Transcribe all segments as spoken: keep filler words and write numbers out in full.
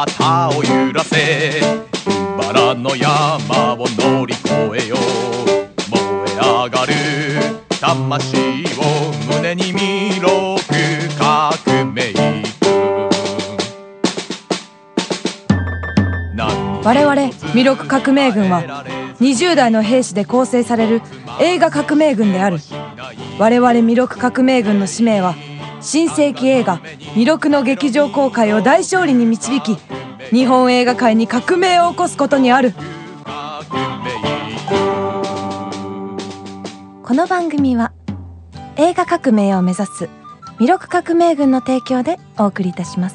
旗を揺らせバラの山を乗り越えよう燃え上がる魂を胸に見ろ革命我々弥勒革命軍はにじゅう代の兵士で構成される映画革命軍である。我々弥勒革命軍の使命は新世紀映画弥勒の劇場公開を大勝利に導き日本映画界に革命を起こすことにある。この番組は映画革命を目指す弥勒革命軍の提供でお送りいたします。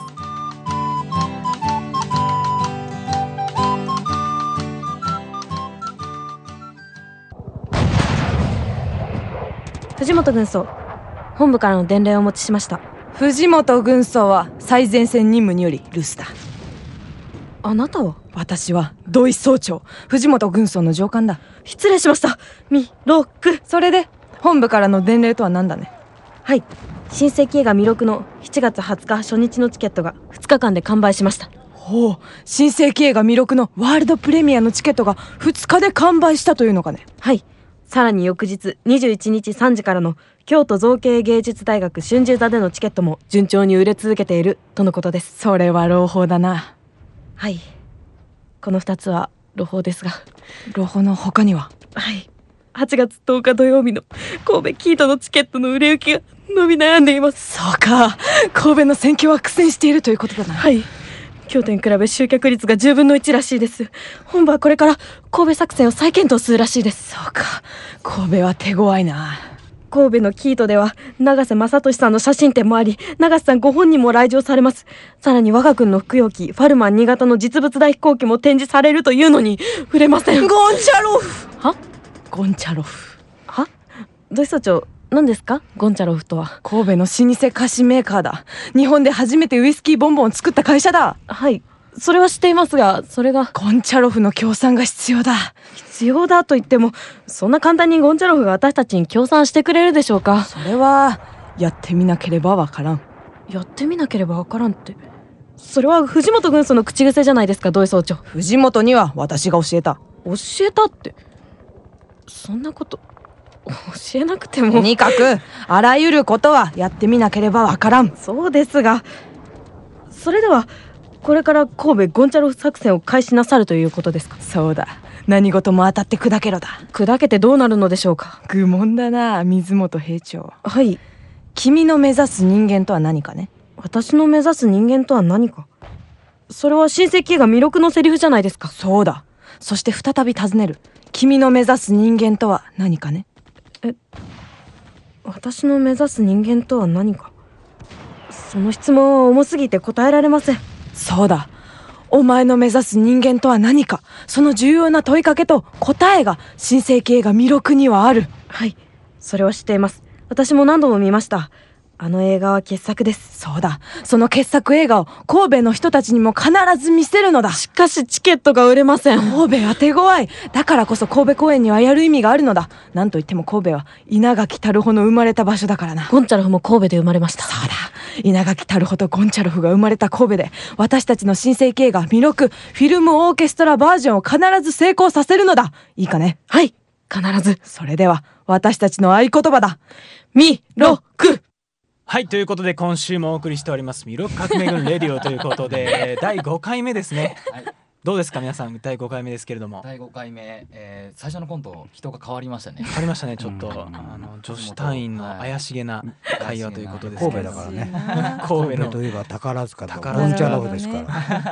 藤本軍曹、本部からの伝令をお持ちしました。 藤本軍曹は最前線任務により留守だ。 あなたは？ 私は土井総長藤本軍曹の上官だ。 失礼しました。弥勒。 それで本部からの伝令とは何だね。 はい、新世紀映画弥勒のしちがつはつか初日のチケットがふつかかんで完売しました。 ほう、新世紀映画弥勒のワールドプレミアのチケットがふつかで完売したというのかね。 はい、さらに翌日にじゅういちにちさんじからの京都造形芸術大学春秋座でのチケットも順調に売れ続けているとのことです。 それは朗報だな。 はい、このふたつは朗報ですが。 朗報の他には？ はい、はちがつとおか土曜日の神戸キートのチケットの売れ行きが伸び悩んでいます。 そうか、神戸の選挙は苦戦しているということだな。 はい、京都に比べ集客率がじゅうぶんのいちらしいです。本部はこれから神戸作戦を再検討するらしいです。 そうか、神戸は手強いな。 神戸のキートでは永瀬正俊さんの写真展もあり、永瀬さんご本人も来場されます。さらに我が軍の服用機ファルマン新潟の実物大飛行機も展示されるというのに売れません。 ゴンチャロフ。 は？ ゴンチャロフ。 は？土井総長、何ですかゴンチャロフとは？ 神戸の老舗菓子メーカーだ。日本で初めてウイスキーボンボンを作った会社だ。 はい、それは知っていますが、それがゴンチャロフの協賛が必要だ。 必要だと言っても、そんな簡単にゴンチャロフが私たちに協賛してくれるでしょうか？ それはやってみなければわからん。 やってみなければわからんって、それは藤本軍曹の口癖じゃないですか土井総長。 藤本には私が教えた。 教えたって、そんなこと教えなくても。 とにかくあらゆることはやってみなければわからん。 そうですが、それではこれから神戸ゴンチャロフ作戦を開始なさるということですか？ そうだ、何事も当たって砕けろだ。 砕けてどうなるのでしょうか？ 愚問だな、水本兵長。 はい、 君の目指す人間とは何かね。 私の目指す人間とは何か、それは新世紀映画弥勒のセリフじゃないですか。 そうだ。そして再び尋ねる。君の目指す人間とは何かね。 え、私の目指す人間とは何か、その質問は重すぎて答えられません。 そうだ、お前の目指す人間とは何か、その重要な問いかけと答えが新世紀映画弥勒にはある。 はい、それは知っています。私も何度も見ました。あの映画は傑作です。 そうだ、その傑作映画を神戸の人たちにも必ず見せるのだ。 しかしチケットが売れません。 神戸は手強い。だからこそ神戸公演にはやる意味があるのだ。なんといっても神戸は稲垣樽穂の生まれた場所だからな。 ゴンチャロフも神戸で生まれました。 そうだ、稲垣樽穂とゴンチャロフが生まれた神戸で、私たちの新世紀映画弥勒フィルムオーケストラバージョンを必ず成功させるのだ。いいかね？ はい、必ず。 それでは私たちの合言葉だ。弥勒。 はい、ということで今週もお送りしております弥勒革命軍レディオということでだいごかいめですね。はい、どうですか皆さん、だいごかいめですけれども。 だいごかいめ、えー、最初のコント人が変わりましたね。 変わりましたね、ちょっとあの女子隊員の怪しげな会話ということです神戸だからね。 神戸のといえば宝塚と宝ゴンチャロフですから。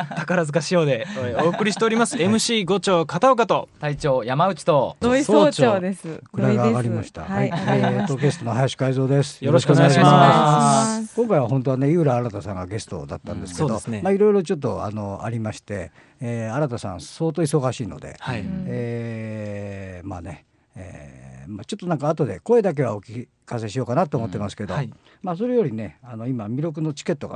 宝塚仕様でお送りしております。エムシー 五丁片岡と隊長山内と土井総長です。 位が上がりました。はい、えーとゲストの林海蔵です。 よろしくお願いします。 今回は本当はね井浦新さんがゲストだったんですけど、まあいろいろちょっとあのありまして、えー、新さん相当忙しいので、はい、えー、まあね、えーまあ、ちょっとなんか後で声だけはお聞かせしようかなと思ってますけど、はい、まあそれよりねあの今弥勒のチケットがね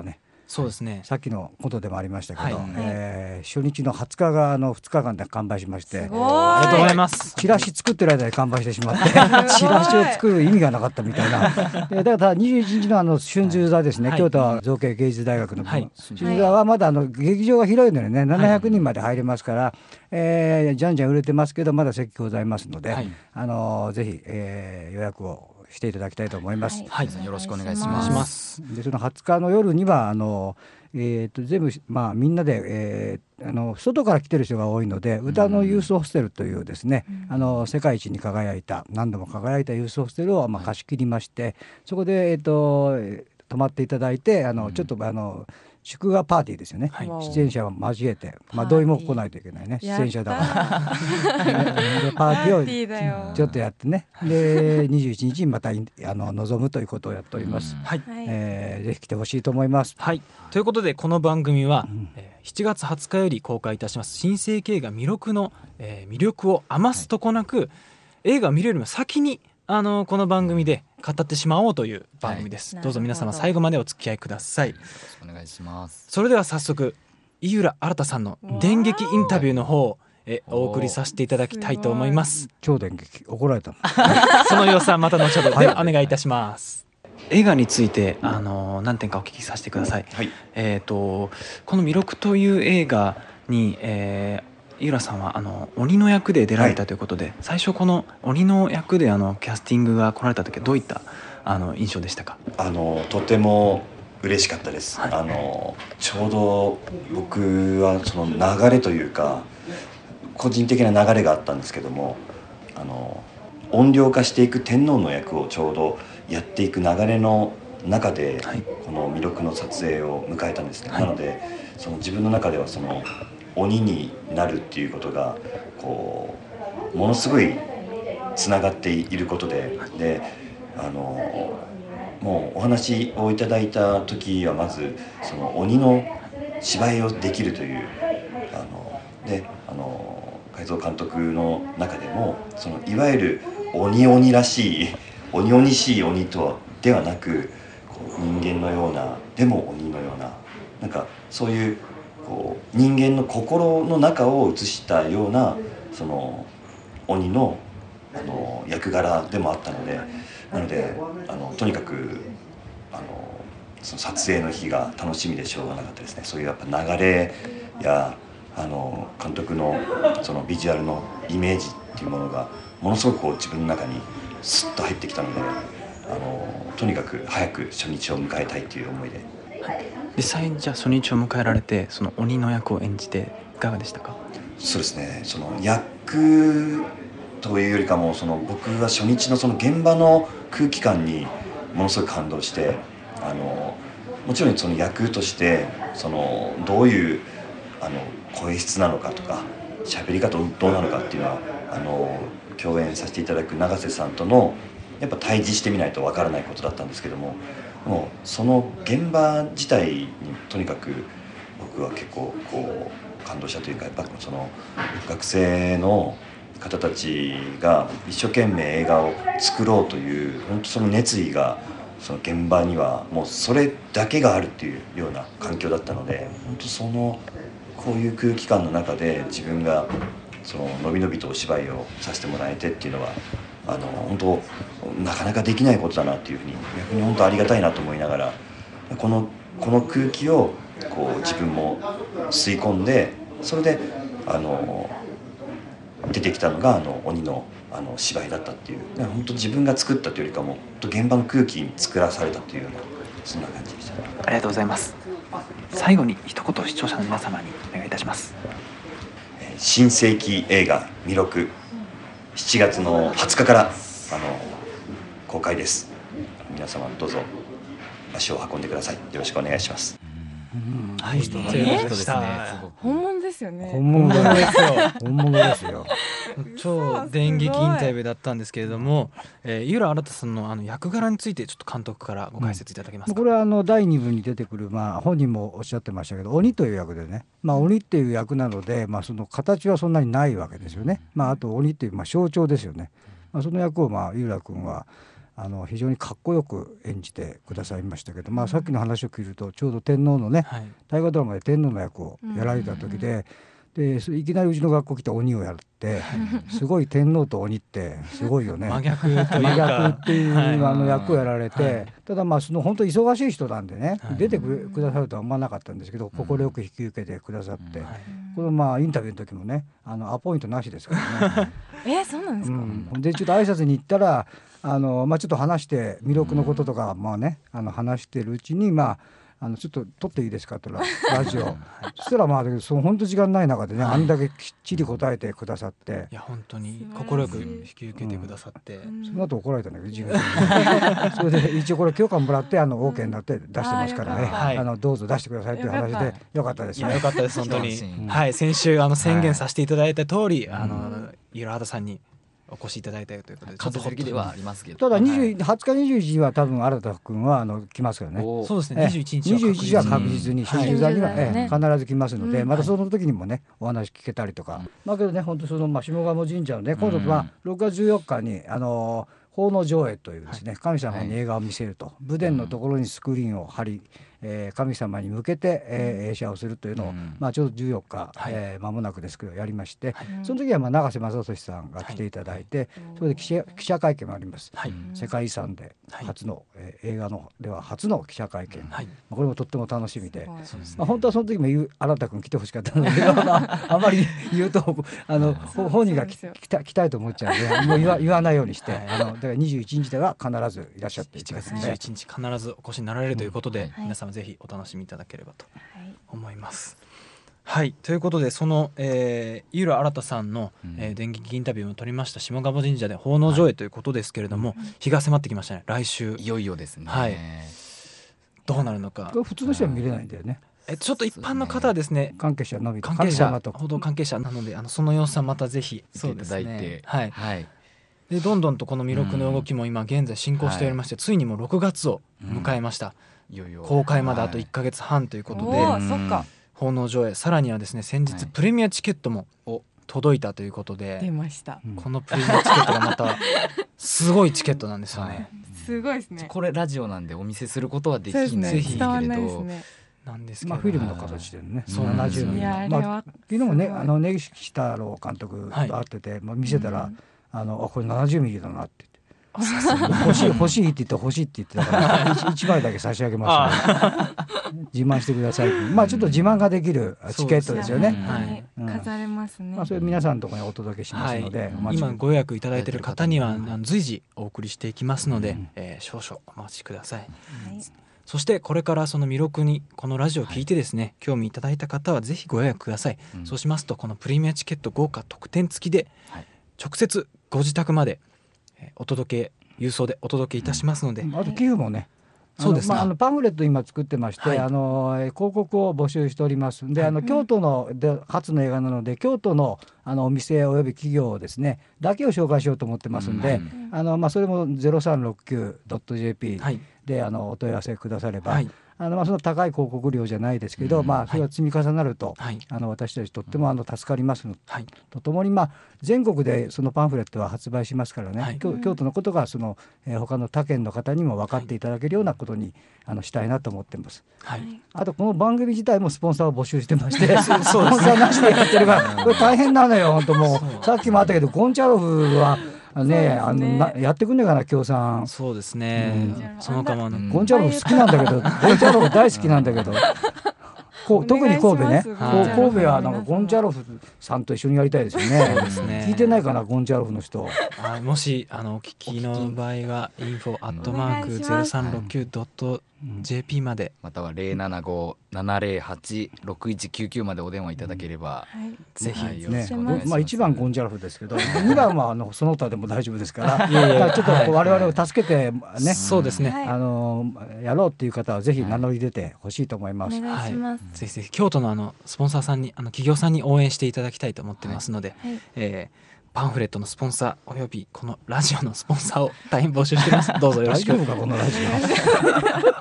そうですね。 さっきのことでもありましたけど、 はい、 えー、初日のはつかがあのふつかかんで完売しまして、 すごい、 ありがとうございます。 チラシ作ってる間に完売してしまってチラシを作る意味がなかったみたいなでだからにじゅういちにちのあの春秋座ですね、はい、京都造形芸術大学の、はい、春秋座はまだあの劇場が広いのでねななひゃくにんまで入れますから、はい、えー、じゃんじゃん売れてますけどまだ席ございますので、はい、あのぜひ、えー、予約をしていただきたいと思います。 はい、はい、よろしくお願いします。 でそのはつかの夜にはあの、えー、と全部、まあ、みんなで、えー、あの外から来てる人が多いので歌のユースホステルというですね、うん、あの世界一に輝いた何度も輝いたユースホステルを、まあ、貸し切りまして、はい、そこで、えー、と泊まっていただいてあの、うん、ちょっとあの祝賀パーティーですよね、はい、出演者を交えて、まあ、同意も来ないといけないね出演者だからでパーティーをちょっとやってねでにじゅういちにちにまたあの臨むということをやっております、はい、えー、ぜひ来てほしいと思います。 はい、ということでこの番組は、うんえー、しちがつはつかより公開いたします新世紀映画魅力の、えー、魅力を余すとこなく、はい、映画を見るよりも先にあのこの番組で語ってしまおうという番組です、はい、どうぞ皆様最後までお付き合いください。よろしくお願いします。 それでは早速井浦新さんの電撃インタビューの方をえお送りさせていただきたいと思います。 超電撃怒られたのその様子はまた後ほどでお願いいたします。映画についてあの何点かお聞きさせてください、はい、えーとこの魅力という映画に、えー井浦さんはあの鬼の役で出られたということで、はい、最初この鬼の役であのキャスティングが来られた時はどういったあの印象でしたか？ あのとても嬉しかったです、はい、あのちょうど僕はその流れというか個人的な流れがあったんですけどもあの怨霊化していく天皇の役をちょうどやっていく流れの中で、はい、この魅力の撮影を迎えたんですね、はい、なのでその自分の中ではその鬼になるっていうことがこうものすごいつながっていることで、であのもうお話をいただいた時はまずその鬼の芝居をできるというあのであの海蔵監督の中でもそのいわゆる鬼鬼らしい鬼鬼しい鬼とではなくこう人間のようなでも鬼のようななんかそういうこう人間の心の中を映したようなその鬼の、あの役柄でもあったのでなのであのとにかくあのその撮影の日が楽しみでしょうがなかったですね。そういうやっぱ流れやあの監督のそのビジュアルのイメージっていうものがものすごくこう自分の中にスッと入ってきたのであのとにかく早く初日を迎えたいという思いで。 実際にじゃあ初日を迎えられてその鬼の役を演じていかがでしたか？ そうですね、その役というよりかもその僕は初日のその現場の空気感にものすごく感動してあのもちろんその役としてそのどういうあの声質なのかとか喋り方どうなのかっていうのはあの共演させていただく永瀬さんとのやっぱ対峙してみないとわからないことだったんですけどももうその現場自体にとにかく僕は結構こう感動したというかやっぱその学生の方たちが一生懸命映画を作ろうという本当その熱意がその現場にはもうそれだけがあるっていうような環境だったので本当そのこういう空気感の中で自分がそののびのびとお芝居をさせてもらえてっていうのはあの本当なかなかできないことだなっていうふうに逆に本当ありがたいなと思いながらこのこの空気をこう自分も吸い込んでそれであの出てきたのがあの鬼のあの芝居だったっていう本当自分が作ったというよりかも現場の空気に作らされたというようなそんな感じでした。 ありがとうございます。最後に一言視聴者の皆様にお願いいたします。 新世紀映画魅力しちがつのはつかからあの公開です。皆様どうぞ足を運んでください。よろしくお願いします。 はい、ということですね。 本物ですよね。 本物ですよ。本物ですよ。 超電撃インタビューだったんですけれども、えー、井浦新さんのあの役柄についてちょっと監督からご解説いただけますか？ うん、これはあのだいにぶに出てくる、まあ、本人もおっしゃってましたけど鬼という役でね、まあ、鬼っていう役なので、まあ、その形はそんなにないわけですよね。まあ、あと鬼っていう、まあ、象徴ですよね。まあ、その役を、まあ、井浦君はあの非常にかっこよく演じてくださいましたけど、まあ、さっきの話を聞いるとちょうど天皇のね、はい、大河ドラマで天皇の役をやられた時で、でいきなりうちの学校来て鬼をやってすごい天皇と鬼ってすごいよね真逆というか真逆っていう、はい、あの役をやられて、はい、ただまあその本当忙しい人なんでね、はい、出てくださるとは思わなかったんですけど快く引き受けてくださって、はい、このまあインタビューの時もねあのアポイントなしですからねえー、そうなんですか、うん、でちょっと挨拶に行ったらあの、まあ、ちょっと話して魅力のこととか、まあね、あの話してるうちにまああのちょっと撮っていいですかって言ったらラジオ、はい、そしたらまあその本当時間ない中でね、はい、あんだけきっちり答えてくださって、 いや本当に快く引き受けてくださって、うん、 その後怒られたんだけど自分それで一応これ許可もらってあの OK になって出してますからね、ああのどうぞ出してくださいっていう話でよかったですね。 いやよかったです本当に、うん、はい先週あの宣言させていただいた通り、はい、あの井浦畑さんにお越しいただいたということで数的ではありますけど、 ただにじゅう、はつかにじゅういちにちは多分新田君はあの来ますからね。 そうですね、にじゅういちにちはにじゅういちにちは確実に真珠座には、ええ、必ず来ますので、うん、またその時にもねお話聞けたりとか、うん、まあけどね本当その、まあ、下鴨神社のね今度はろくがつじゅうよっかにあの奉納上映というですね、はい、神様に映画を見せると、はい、武殿のところにスクリーンを張り、えー、神様に向けて、えー、映写をするというのを、うん、まあ、ちょうどじゅうよっか、はい、えー、間もなくですけどやりまして、はい、その時はまあ永瀬正敏さんが来ていただいて、はい、それで記者、記者会見もあります、はい、世界遺産で初の、はい、えー、映画のでは初の記者会見、はい、これもとっても楽しみで、まあ、本当はその時も新田君来てほしかったのであまり言うとあの本人が来た来たいと思っちゃうのでもう言わ、言わないようにして、はい、あのだからにじゅういちにちでは必ずいらっしゃっていただきますね。 しちがつにじゅういちにち必ずお越しになられるということで、うん、皆様ぜひお楽しみいただければと思います。はい、はい、ということでその、えー、井浦新さんの、うん、えー、電撃インタビューを取りました下鴨神社で奉納上映ということですけれども、はい、日が迫ってきましたね。来週いよいよですね、 はい、どうなるのか。 普通の人は見れないんだよね。 えちょっと一般の方はですね、 関係者のみ関係者報道関係者なのであのその様子はまたぜひそうですね、いただいて、 はいはい、でどんどんとこの弥勒の動きも今現在進行しておりまして、うん、ついにもうろくがつを迎えました、うん、いよいよ公開まであといっかげつはんということで、 はい、そっか奉納上映、さらにはですね先日プレミアチケットも届いたということで、 出ました。 このプレミアチケットがまたすごいチケットなんですよね、はい、 すごいですね。 これラジオなんでお見せすることはできないけれど、 ね、伝わんないですね。 なんですけど、 まあ、フィルムの形でね、 そうなななじゅうミリ、まあ、昨日もねあの根岸太郎監督と会ってて、はい、まあ、見せたら、うん、あのあこれななじゅうミリだなって言って欲しい欲しいって言って欲しいって言ってたからいちまいだけ差し上げますので自慢してくださいって、まあちょっと自慢ができるチケットですよね、 はい、うん、飾れますね、 まあ、それ皆さんのところにお届けしますので、 はい、今ご予約いただいている方には随時お送りしていきますので、うん、えー、少々お待ちください、はい、そしてこれからその弥勒にこのラジオを聞いてですね、はい、興味いただいた方はぜひご予約ください、うん、そうしますとこのプレミアチケット豪華特典付きで、はい、直接ご自宅までお届け郵送でお届けいたしますので、うん、 あと寄付もね、 そうですね、 まあ、あのパンフレット今作ってまして、はい、あの広告を募集しておりますで、はい、あの京都ので初の映画なので京都のあのお店および企業をですねだけを紹介しようと思ってますんで、うん、あのまあ、それも ゼロさんろくきゅうドットジェーピー で、はい、あのお問い合わせくだされば、はい、あのまあその高い広告料じゃないですけど、うん、まあ、それが積み重なると、はい、あの私たちとってもあの助かりますの、はい、とともに、まあ、全国でそのパンフレットは発売しますからね、はい、京, 京都のことがその、えー、他の他県の方にも分かっていただけるようなことに、はい、あのしたいなと思ってます、はい、あとこの番組自体もスポンサーを募集してましてスポンサーなしでやってるからこれ大変なのよ本当もうさっきもあったけどゴンチャロフはね、あのなやってくんねえかな協賛。 そうですね、うん、そのかもゴンチャロフ好きなんだけどゴンチャロフ大好きなんだけどこう特に神戸ね、はい、神戸はなんかゴンチャロフさんと一緒にやりたいですよね。そうですね、聞いてないかなゴンチャロフの人。 あもしあのお聞きの場合はインフォアットマークゼロさんろくきゅうドットジェーピー まで、 または ゼロななご ななゼロはち ろくいちきゅうきゅうまでお電話いただければ、うん、はい、 ぜひ、 はい、 ね、まあいちばんゴンチャロフですけどにばんはあのその他でも大丈夫ですからいやいやちょっと我々を助けてね、はい、 そうですね、 あのやろうっていう方はぜひ名乗り出てほしいと思います。 お願いします、 はい、ぜひぜひ京都のあのスポンサーさんにあの企業さんに応援していただきたいと思ってますので、はいはい、えーパンフレットのスポンサーおよびこのラジオのスポンサーを大変募集してます。どうぞよろしく。 大丈夫かこのラジオ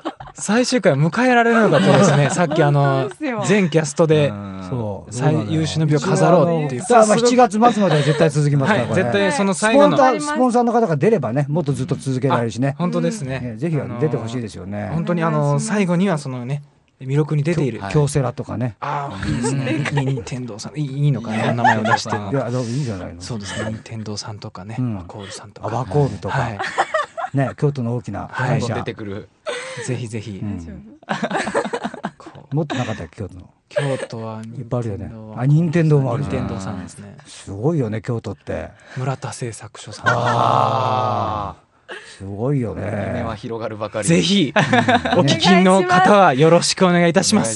最終回を迎えられるのかとですねさっきあの全キャストで最優秀の美を飾ろうっていうさあまあしちがつ末までは絶対続きますから、 はい、絶対その最後のスポンサーの方が出ればねもっとずっと続けられるしね。 本当ですね、 ぜひ出てほしいですよね。 本当にあの最後にはそのね魅力に出ている京セラとかね。 ああいいですね。任天堂さんいいのかな名前を出して。いやいいんじゃないの。 そうですね。任天堂さんとかね、ワコールさんとか。 ワコールとか。ね京都の大きな会社出てくる。 ぜひぜひ。 もっとなかったっけ京都の。 京都はいっぱいあるよね。あ任天堂もある。 任天堂さんですね。 すごいよね京都って。 村田製作所さん。 ああ。すごいよね。 夢は広がるばかり。 ぜひお聞きの方はよろしくお願いいたします。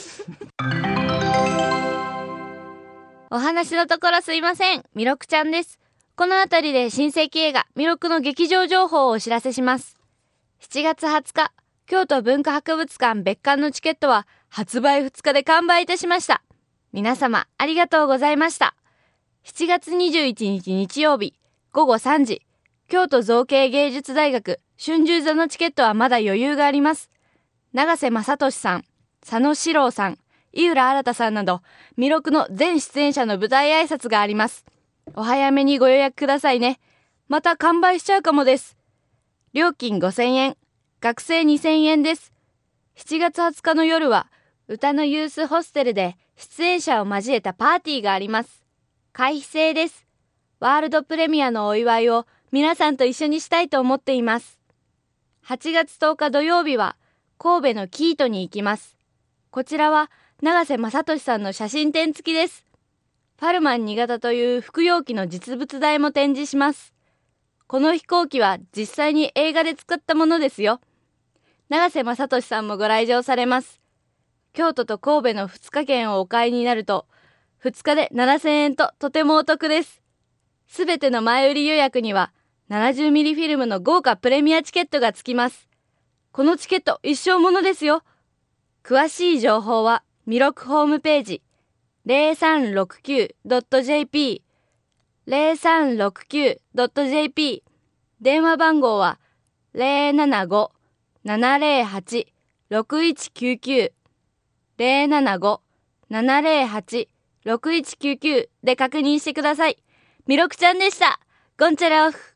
お話のところすいません、みろくちゃんです。このあたりで新世紀映画みろくの劇場情報をお知らせします。しちがつはつか、京都文化博物館別館のチケットは発売ふつかで完売いたしました。皆様ありがとうございました。しちがつにじゅういちにち日曜日ごごさんじ、京都造形芸術大学春秋座のチケットはまだ余裕があります。永瀬正敏さん、佐野史郎さん、井浦新さんなどみろくの全出演者の舞台挨拶があります。お早めにご予約くださいね。また完売しちゃうかもです。料金ごせんえん、学生にせんえんです。しちがつはつかの夜は歌のユースホステルで出演者を交えたパーティーがあります。会費制です。ワールドプレミアのお祝いを皆さんと一緒にしたいと思っています。はちがつとおか土曜日は神戸のキートに行きます。こちらは永瀬正敏さんの写真展付きです。ファルマンに型という服用機の実物大も展示します。この飛行機は実際に映画で作ったものですよ。永瀬正敏さんもご来場されます。京都と神戸のふつかけんをお買いになるとふつかでななせんえんととてもお得です。すべての前売り予約にはななじゅうミリフィルムの豪華プレミアチケットが付きます。このチケット一生ものですよ。詳しい情報はみろくホームページ ゼロさんろくきゅうドットジェーピー ゼロさんろくきゅうドットジェーピー 電話番号は ゼロななご ななゼロはち ろくいちきゅうきゅう ゼロななご ななゼロはち ろくいちきゅうきゅう で確認してください。みろくちゃんでした。ゴンチャラオフ。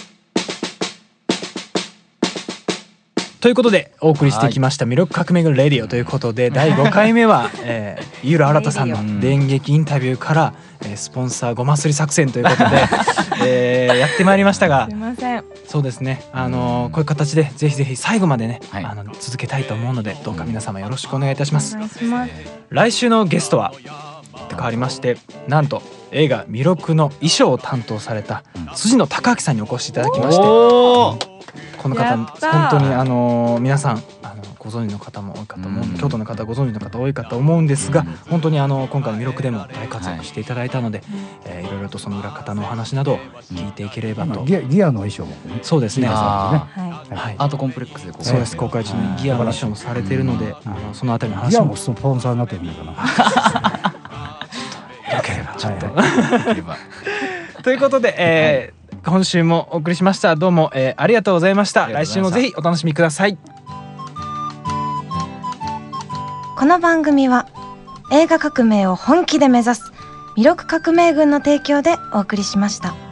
ということでお送りしてきましたみろく革命軍レディオということで、だいごかいめは、えー、井浦新さんの電撃インタビューから、えー、スポンサーごますり作戦ということで、えー、やってまいりましたが、 すいません。 そうですね、あのー、こういう形でぜひぜひ最後までね、はい、あの続けたいと思うので、どうか皆様よろしくお願いいたします。 お願いします。 来週のゲストは変わりまして、なんと映画みろくの衣装を担当された辻野孝明さんにお越しいただきまして、この方本当にあの皆さんあのご存知の方も多いかと思う、うん、京都の方ご存知の方多いかと思うんですが、本当にあの今回のみろくでも大活躍していただいたので、はい、えー、いろいろとその裏方のお話などを聞いていければと。 ギア、ギアの衣装も、ね、 そうですね、 あ、はい、アートコンプレックスでそうです、公開中にギアの衣装もされているので、あのそのあたりの話も。 ギアもスポンサーになってるのかな。 よければちょっと、はい、ということで、えー今週もお送りしました。どうも、えー、ありがとうございました。来週もぜひお楽しみください。 この番組は映画革命を本気で目指すみろく革命軍の提供でお送りしました。